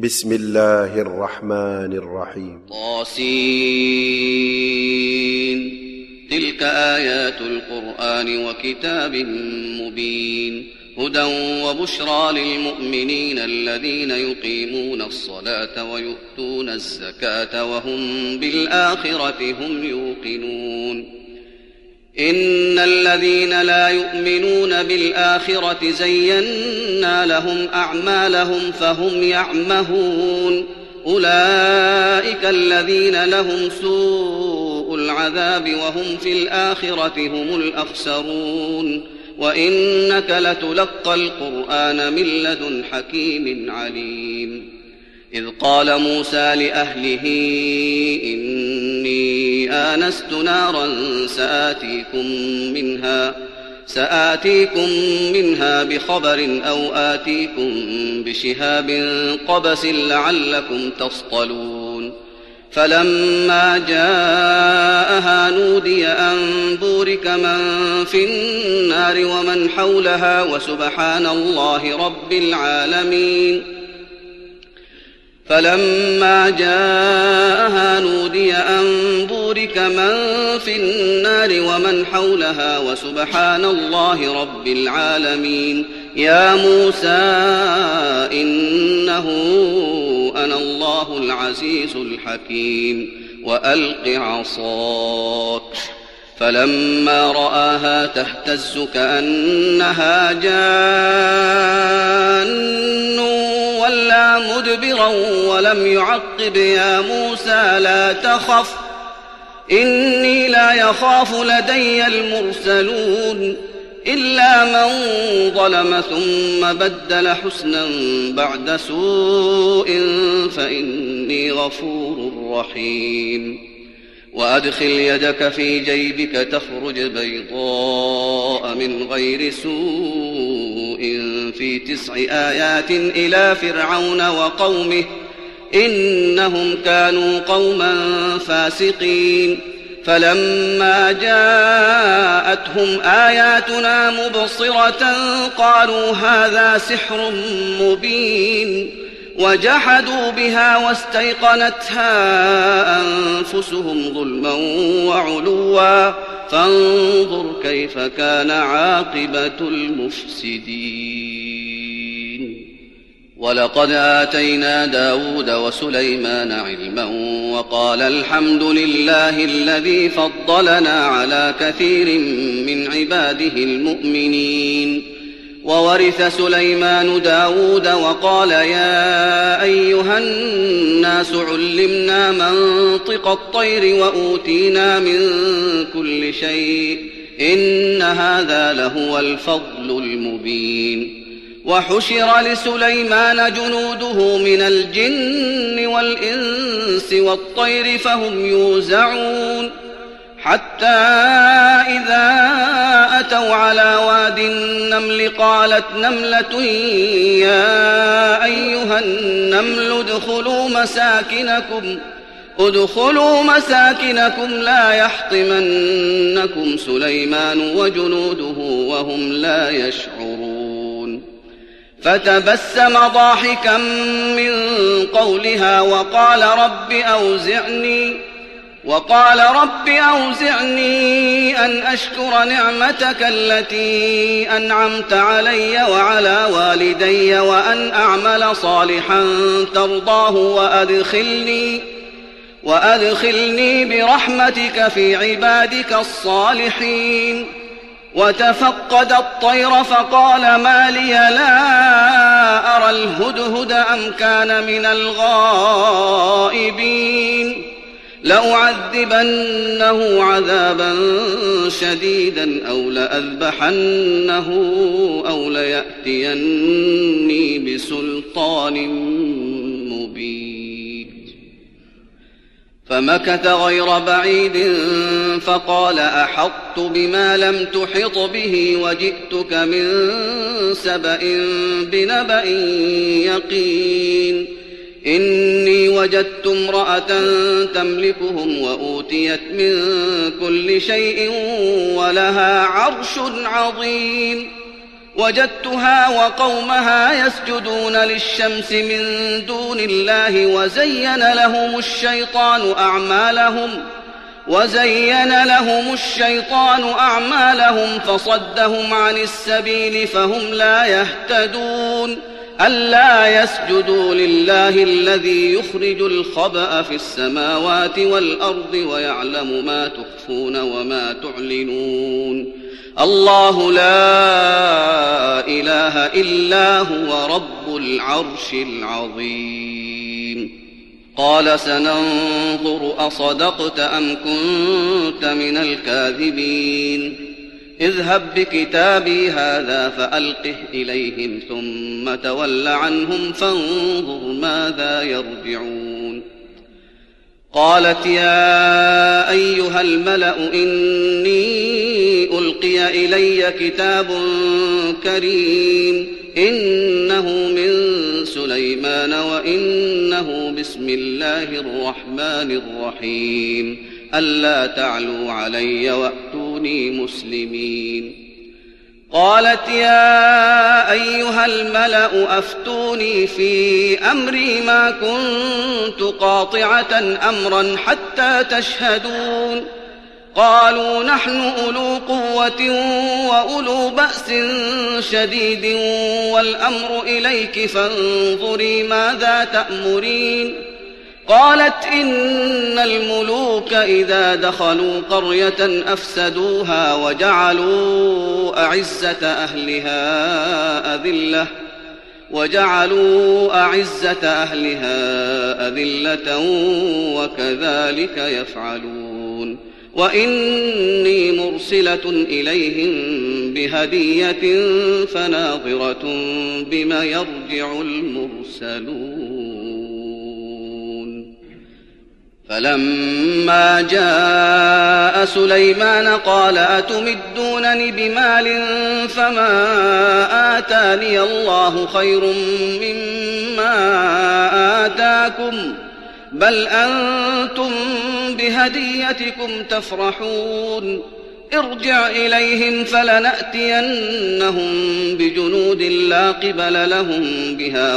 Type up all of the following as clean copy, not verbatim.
بسم الله الرحمن الرحيم. طاسين. تلك آيات القرآن وكتاب مبين، هدى وبشرى للمؤمنين الذين يقيمون الصلاة ويؤتون الزكاة وهم بالآخرة هم يوقنون. إن الذين لا يؤمنون بالآخرة زينا لهم أعمالهم فهم يعمهون، أولئك الذين لهم سوء العذاب وهم في الآخرة هم الأخسرون. وإنك لتلقى القرآن من لدن حكيم عليم. إذ قال موسى لأهله إني آنست نارا سآتيكم منها بخبر أو آتيكم بشهاب قبس لعلكم تصطلون. فلما جاءها نودي أن بورك من في النار ومن حولها وسبحان الله رب العالمين. فلما جاءها نودي أن بورك من في النار ومن حولها وسبحان الله رب العالمين. يا موسى إنه أنا الله العزيز الحكيم وألق عصاك. فلما رآها تهتز كأنها جان ولا مدبرا ولم يعقب. يا موسى لا تخف إني لا يخاف لدي المرسلون. إلا من ظلم ثم بدل حسنا بعد سوء فإني غفور رحيم. وأدخل يدك في جيبك تخرج بيضاء من غير سوء في 9 آيات إلى فرعون وقومه إنهم كانوا قوما فاسقين. فلما جاءتهم آياتنا مبصرة قالوا هذا سحر مبين، وجحدوا بها واستيقنتها أنفسهم ظلما وعلوا فانظر كيف كان عاقبة المفسدين. ولقد آتينا داود وسليمان علما وقال الحمد لله الذي فضلنا على كثير من عباده المؤمنين. وورث سليمان داود وقال يا أيها الناس علمنا منطق الطير وأوتينا من كل شيء إن هذا لهو الفضل المبين. وحشر لسليمان جنوده من الجن والإنس والطير فهم يوزعون، حتى إذا أتوا على واد النمل قالت نملة يا أيها النمل ادخلوا مساكنكم لا يحطمنكم سليمان وجنوده وهم لا يشعرون. فتبسم ضاحكا من قولها وقال رب أوزعني أن أشكر نعمتك التي أنعمت علي وعلى والدي وأن أعمل صالحا ترضاه وأدخلني برحمتك في عبادك الصالحين. وتفقد الطير فقال ما لي لا أرى الهدهد أم كان من الغائبين. لأعذبنه عذابا شديدا أو لأذبحنه أو ليأتيني بسلطان مبين. فمكث غير بعيد فقال أحطت بما لم تحط به وجئتك من سبأ بنبأ يقين. إني وجدت امرأة تملكهم وأوتيت من كل شيء ولها عرش عظيم. وجدتها وقومها يسجدون للشمس من دون الله وزين لهم الشيطان أعمالهم فصدهم عن السبيل فهم لا يهتدون ألا يسجدوا لله الذي يخرج الخبأ في السماوات والأرض ويعلم ما تخفون وما تعلنون الله لا إله إلا هو رب العرش العظيم قال سننظر أصدقت أم كنت من الكاذبين اذهب بكتابي هذا فألقه إليهم ثم تول عنهم فانظر ماذا يرجعون قالت يا أيها الملأ إني ألقي إلي كتاب كريم إنه من سليمان وإنه بسم الله الرحمن الرحيم ألا تعلوا علي وأتوني مسلمين قالت يا أيها الملأ أفتوني في أمري ما كنت قاطعة أمرا حتى تشهدون قالوا نحن أولو قوة وأولو بأس شديد والأمر إليك فانظري ماذا تأمرين قالت إن الملوك إذا دخلوا قرية أفسدوها وجعلوا أعزة أهلها أذلة وكذلك يفعلون وإني مرسلة إليهم بهدية فناظرة بما يرجع المرسلون فلما جاء سليمان قال أتمدونني بمال فما آتاني الله خير مما آتاكم بل أنتم بهديتكم تفرحون ارجع إليهم فلنأتينهم بجنود لا قبل لهم بها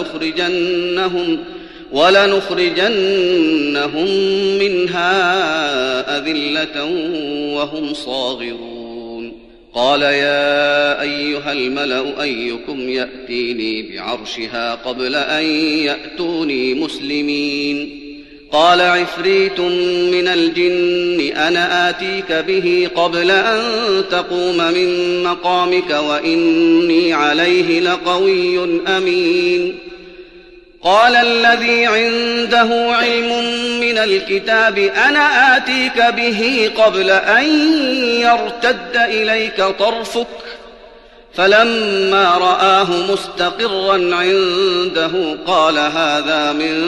ولنخرجنهم منها أذلة وهم صاغرون قال يا أيها الملأ أيكم يأتيني بعرشها قبل أن يأتوني مسلمين قال عفريت من الجن أنا آتيك به قبل أن تقوم من مقامك وإني عليه لقوي أمين قال الذي عنده علم من الكتاب أنا آتيك به قبل أن يرتد إليك طرفك فلما رآه مستقرا عنده قال هذا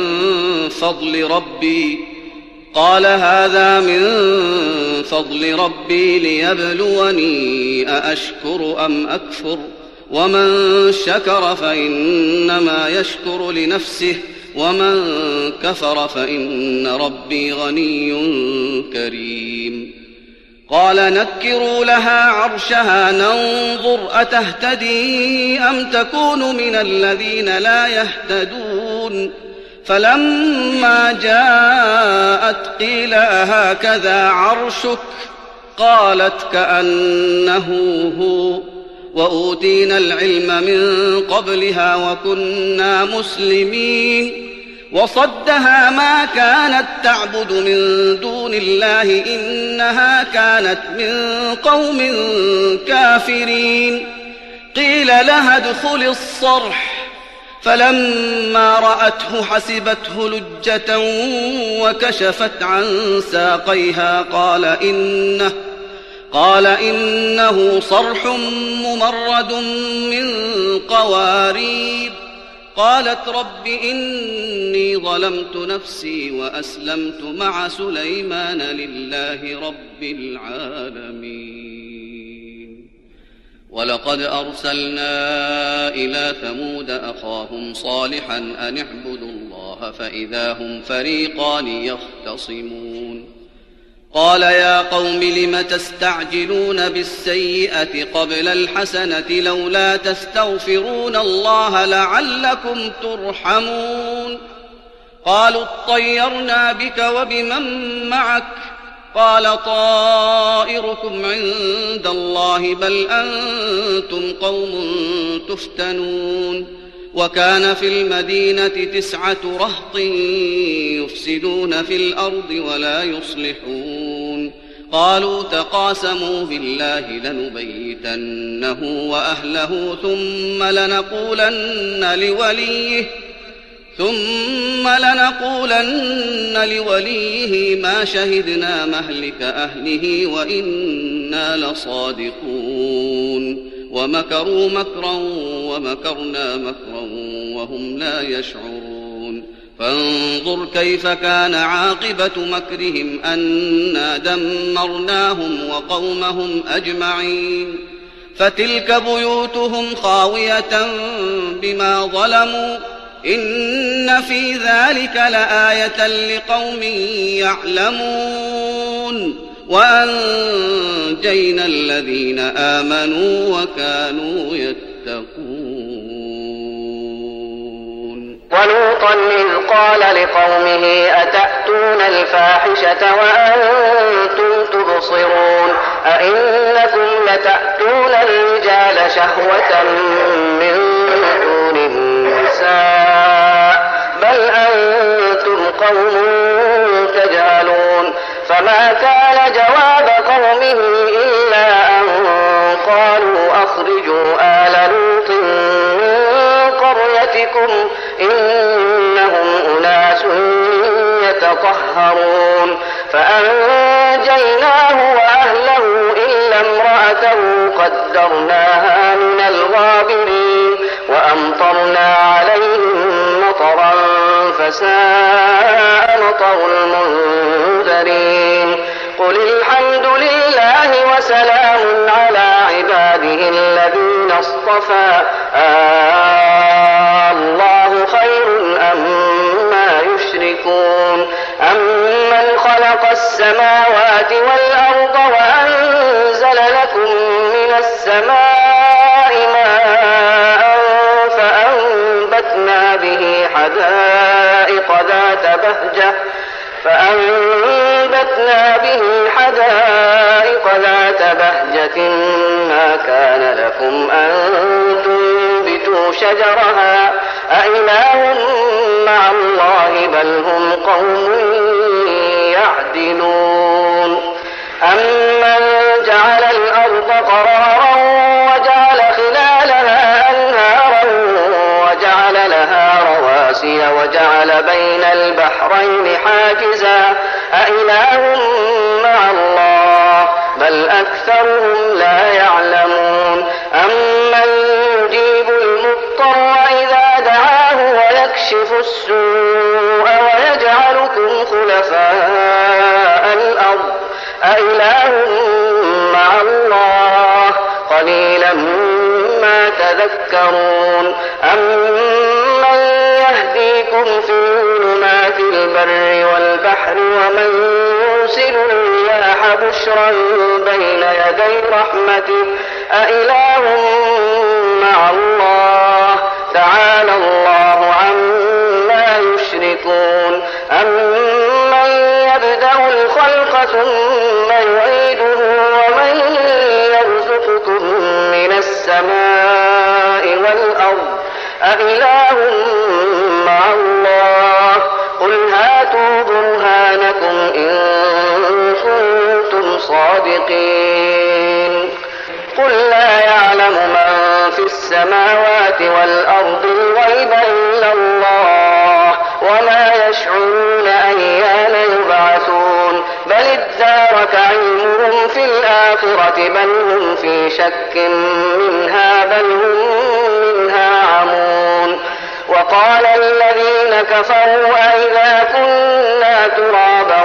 من فضل ربي ليبلوني أأشكر أم أكفر ومن شكر فإنما يشكر لنفسه ومن كفر فإن ربي غني كريم قال نكروا لها عرشها ننظر أتهتدي أم تكون من الذين لا يهتدون فلما جاءت قيل أهكذا عرشك قالت كأنه هو وأوتينا العلم من قبلها وكنا مسلمين وصدها ما كانت تعبد من دون الله إنها كانت من قوم كافرين قيل لها ادخل الصرح فلما رأته حسبته لجة وكشفت عن ساقيها قال إنه صرح ممرد من قوارير قالت رب إني ظلمت نفسي وأسلمت مع سليمان لله رب العالمين ولقد أرسلنا إلى ثمود أخاهم صالحا أن اعبدوا الله فإذا هم فريقان يختصمون قال يا قوم لم تستعجلون بالسيئة قبل الحسنة لولا تستغفرون الله لعلكم ترحمون قالوا اطيرنا بك وبمن معك قال طائركم عند الله بل أنتم قوم تفتنون وكان في المدينة 9 رهط يفسدون في الأرض ولا يصلحون قالوا تقاسموا بالله لنبيتنه وأهله ثم لنقولن لوليه ما شهدنا مهلك أهله وإنا لصادقون ومكروا مكرا ومكرنا مكرا وهم لا يشعرون فانظر كيف كان عاقبة مكرهم أنا دمرناهم وقومهم أجمعين فتلك بيوتهم خاوية بما ظلموا إن في ذلك لآية لقوم يعلمون وأنجينا الذين آمنوا وكانوا يتقون. ولوطا إذ قال لقومه أتأتون الفاحشة وأنتم تبصرون أئنكم لتأتون الرجال شهوة من دون النساء بل أنتم قوم تجهلون فما كان جواب قومه إلا أن قالوا أخرجوا آل لوط من قريتكم إنهم أناس يتطهرون فأنجيناه وأهله إلا امرأته قدرناها من الغابرين وأمطرنا عليهم مطرا فساء مطر المنذرين قل الحمد لله وسلام على عباده الذين اصطفى الله خير أما يشركون أمن خلق السماوات والأرض وأنزل لكم من السماء ماء فأنبتنا به حدائق ذات بهجة ما كان لكم أن تنبتوا شجرها أإله مع الله بل هم قوم يعدلون أمن جعل الأرض قرارا وجعل خلالها أنهارا وجعل لها رواسي وجعل بين البحرين حاجزا أإله مع الله بل أكثرهم لا يعلمون أمن يجيب المضطر إذا دعاه ويكشف السوء ويجعلكم خلفاء الأرض أإله مع الله قليلا ما تذكرون أمن يهديكم في ظلمات البر والبحر ومن يرسل الرياح بشرا بين يدي رحمته أإله مع الله تعالى الله عما يشركون أمن يبدأ الخلق ثم يعيده ومن يرزقكم من السماء والأرض أإله مع الله قل هاتوا برهانكم إن كنتم صادقين قل لا يعلم من في السماوات والأرض الغيب إلا الله وما يشعرون أيان يبعثون بل ادارك علمهم في الآخرة بل هم في شك منها بل هم منها عمون وقال الذين كفروا أئذا كنا ترابا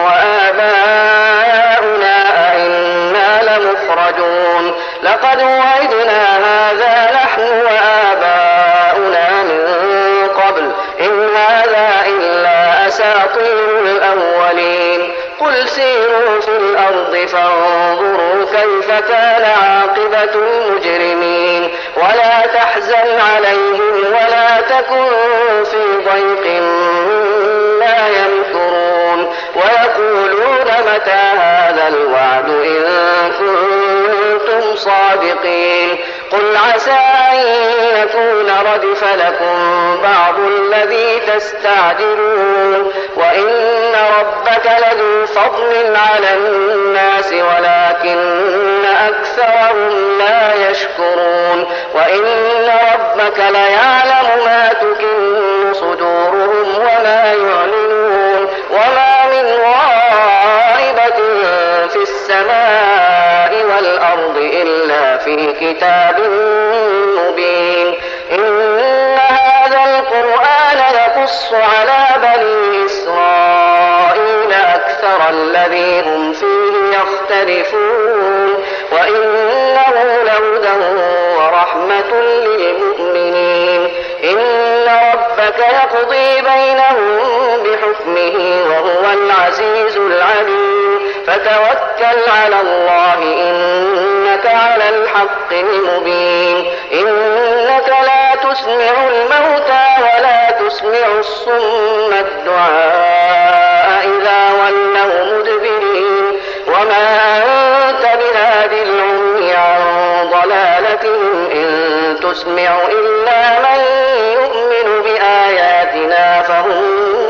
وآباؤنا أئنا لمخرجون لقد وعدنا هذا نحن وآباؤنا من قبل إن هذا إلا أساطير الأولين قل سيروا في الأرض فانظروا كيف كان عاقبة المجرمين ولا تحزن عليهم ولا تكن في ضيق مما يمكرون ويقولون متى هذا الوعد إن كنتم صادقين قل عسى أن يكون ردف لكم بعض الذي تستعجلون وإن ربك لذو فضل على الناس ولكن أكثرهم لا يشكرون وإن ربك ليعلم ما تكن صدورهم وما يعلنون وما من غائبة في السماء والأرض إلا في كتاب مبين إن هذا القرآن يقص على بني إسرائيل أكثر الذي هم فيه يختلفون وإنه لهدى ورحمة للمؤمنين إن ربك يقضي بينهم بحكمه وهو العزيز العليم فتوكل على الله إنك على الحق المبين إنك لا تسمع الموتى ولا تسمع الصم الدعاء إذا ولوا مدبرين وما أنت بهادي العمي عن ضلالتهم إن تسمع إلا من يؤمن بآياتنا فهم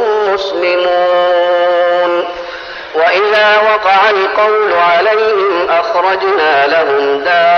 مسلمون وإذا وقع القول عليهم أخرجنا لهم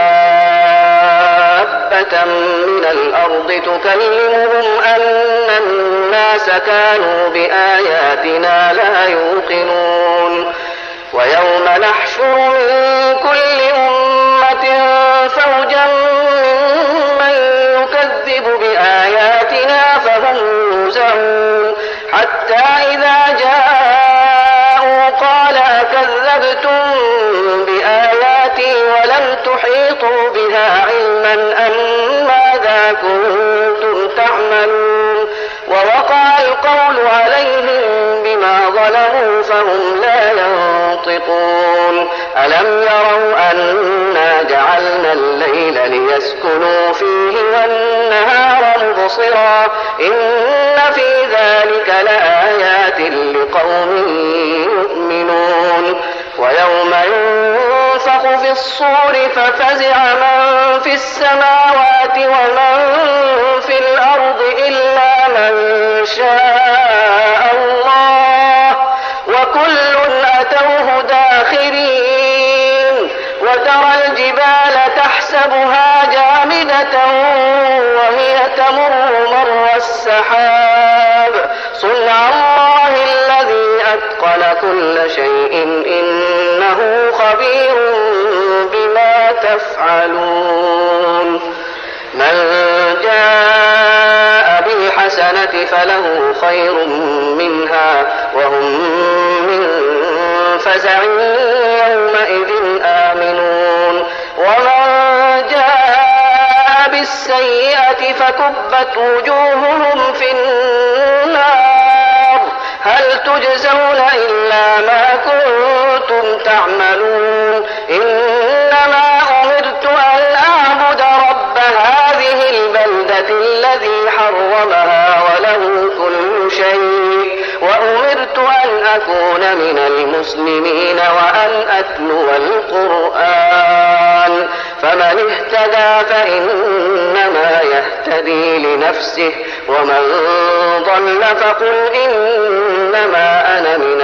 دابة من الأرض تكلمهم أن الناس كانوا بآياتنا لا يوقنون ويوم نحشر من كل أمة فوجا ممن يكذب بآياتنا فهم يوزعون حتى إذا جاءوا قال أكذبتم بآياتي ولم تحيطوا بها علما أم ماذا كنتم تعملون ووقع القول عليهم بما ظلموا فهم لا ينطقون ألم يروا أنا جعلنا الليل ليسكنوا فيه والنهار مبصرا إن في ذلك لآيات لقوم يؤمنون ويوم ينفخ في الصور ففزع من في السماوات ومن في الأرض إلا من شاء الله وكل أتوه داخرين وترى الجبال تحسبها جامدة وهي تمر مر السحاب صنع الله الذي أتقن كل شيء إنه خبير بما تفعلون من جاء بالحسنة فله خير منها وهم من فزع يومئذ آمنون ومن جاء بالسيئة فكبت وجوههم في النار هل تجزون إلا ما كنتم تعملون إنما أمرت أن أعبد رب هذه البلدة الذي حرمها وله كل شيء وأمرت أن أكون من المسلمين وأن أتلو القرآن فمن اهتدى فإنما يهتدي لنفسه ومن ضل فقل إنما أنا من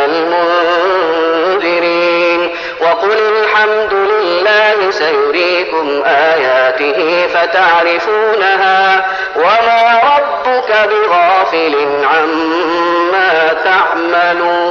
المنذرين وقل الحمد لله سيريكم آياته فتعرفونها وما ربك بغافل عما تعملون